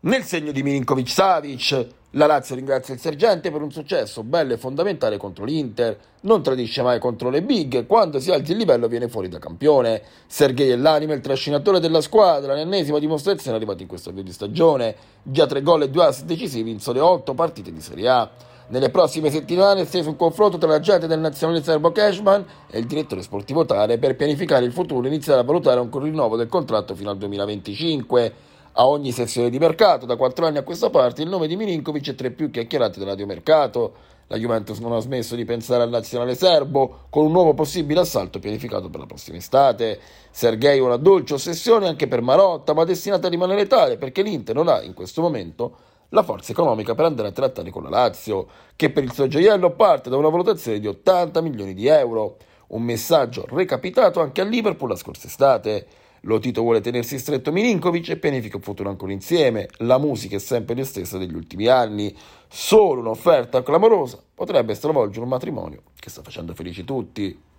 Nel segno di Milinkovic-Savic, la Lazio ringrazia il sergente per un successo bello e fondamentale contro l'Inter. Non tradisce mai contro le big, quando si alza il livello viene fuori da campione. Sergei è l'anima e il trascinatore della squadra, l'ennesima dimostrazione arrivata in questo avvio di stagione. Già 3 gol e 2 assist decisivi in sole 8 partite di Serie A. Nelle prossime settimane è steso un confronto tra l'agente del nazionale serbo Cashman e il direttore sportivo Tare per pianificare il futuro e iniziare a valutare un rinnovo del contratto fino al 2025. A ogni sessione di mercato, da 4 anni a questa parte, il nome di Milinkovic è tra i più chiacchierati del radiomercato. La Juventus non ha smesso di pensare al nazionale serbo, con un nuovo possibile assalto pianificato per la prossima estate. Sergei ha una dolce ossessione anche per Marotta, ma destinata a rimanere tale perché l'Inter non ha, in questo momento, la forza economica per andare a trattare con la Lazio, che per il suo gioiello parte da una valutazione di 80 milioni di euro. Un messaggio recapitato anche a Liverpool la scorsa estate. Lotito vuole tenersi stretto Milinkovic e pianifica un futuro ancora insieme. La musica è sempre la stessa degli ultimi anni. Solo un'offerta clamorosa potrebbe stravolgere un matrimonio che sta facendo felici tutti.